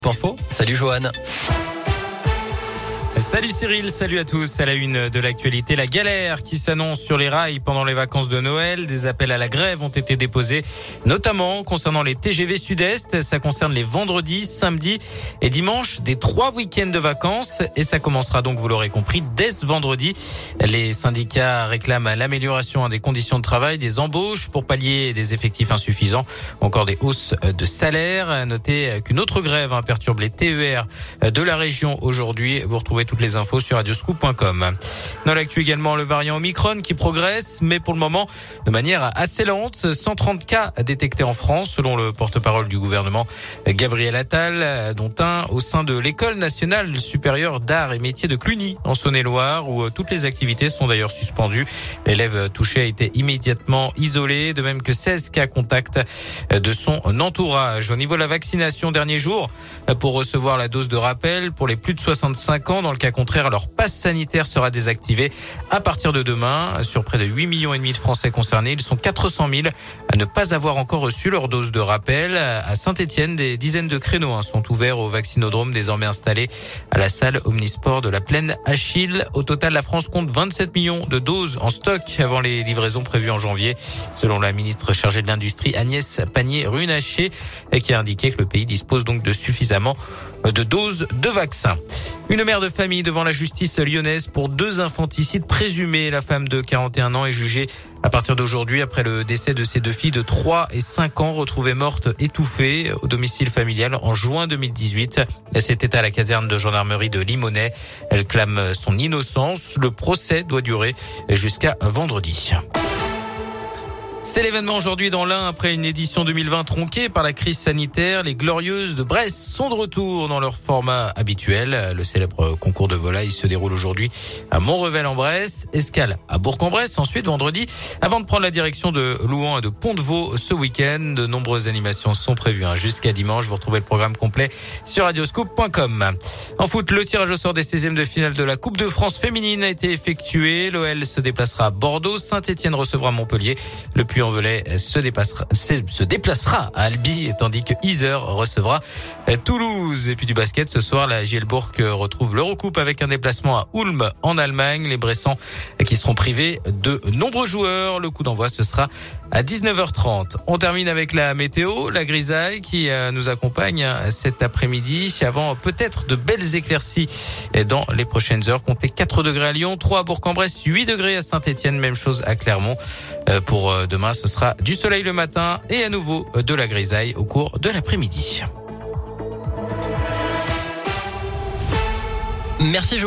Info. Salut Johan. Salut Cyril, salut à tous. À la une de l'actualité, la galère qui s'annonce sur les rails pendant les vacances de Noël. Des appels à la grève ont été déposés, notamment concernant les TGV Sud-Est. Ça concerne les vendredis, samedis et dimanches des 3 week-ends de vacances. Et ça commencera donc, vous l'aurez compris, dès ce vendredi. Les syndicats réclament l'amélioration des conditions de travail, des embauches pour pallier des effectifs insuffisants, encore des hausses de salaire. Notez qu'une autre grève perturbe les TER de la région aujourd'hui. Vous retrouvez toutes les infos sur radioscoop.com. Dans l'actu également, le variant Omicron qui progresse, mais pour le moment de manière assez lente. 130 cas détectés en France, selon le porte-parole du gouvernement Gabriel Attal, dont un au sein de l'École nationale supérieure d'art et métiers de Cluny, en Saône-et-Loire, où toutes les activités sont d'ailleurs suspendues. L'élève touché a été immédiatement isolé, de même que 16 cas contacts de son entourage. Au niveau de la vaccination, dernier jour pour recevoir la dose de rappel pour les plus de 65 ans. Dans le cas contraire, leur passe sanitaire sera désactivé à partir de demain. Sur près de 8,5 millions de Français concernés, ils sont 400 000 à ne pas avoir encore reçu leur dose de rappel. À Saint-Etienne, des dizaines de créneaux sont ouverts au vaccinodrome désormais installé à la salle Omnisport de la Plaine Achille. Au total, la France compte 27 millions de doses en stock avant les livraisons prévues en janvier, selon la ministre chargée de l'Industrie Agnès Pannier-Runacher, qui a indiqué que le pays dispose donc de suffisamment de doses de vaccins. Une mère de famille devant la justice lyonnaise pour 2 infanticides présumés. La femme de 41 ans est jugée à partir d'aujourd'hui après le décès de ses 2 filles de 3 et 5 ans retrouvées mortes étouffées au domicile familial en juin 2018. C'était à la caserne de gendarmerie de Limonest. Elle clame son innocence. Le procès doit durer jusqu'à vendredi. C'est l'événement aujourd'hui dans l'Ain. Après une édition 2020 tronquée par la crise sanitaire, les Glorieuses de Brest sont de retour dans leur format habituel. Le célèbre concours de volaille se déroule aujourd'hui à Montrevel-en-Bresse, escale à Bourg-en-Bresse ensuite vendredi, avant de prendre la direction de Louhans et de Pont-de-Vaux ce week-end. De nombreuses animations sont prévues jusqu'à dimanche. Vous retrouvez le programme complet sur radioscoop.com. En foot, le tirage au sort des 16e de finale de la Coupe de France féminine a été effectué. L'OL se déplacera à Bordeaux, Saint-Etienne recevra Montpellier. Le Puy-en-Velay se déplacera à Albi, tandis que Yzeure recevra Toulouse. Et puis du basket, ce soir, la JL Bourg retrouve l'Eurocoupe avec un déplacement à Ulm en Allemagne. Les Bressans qui seront privés de nombreux joueurs. Le coup d'envoi, ce sera à 19h30. On termine avec la météo, la grisaille qui nous accompagne cet après-midi avant peut-être de belles éclaircies dans les prochaines heures. Comptez 4 degrés à Lyon, 3 à Bourg-en-Bresse, 8 degrés à Saint-Etienne, même chose à Clermont. Pour demain, ce sera du soleil le matin et à nouveau de la grisaille au cours de l'après-midi. Merci Johan.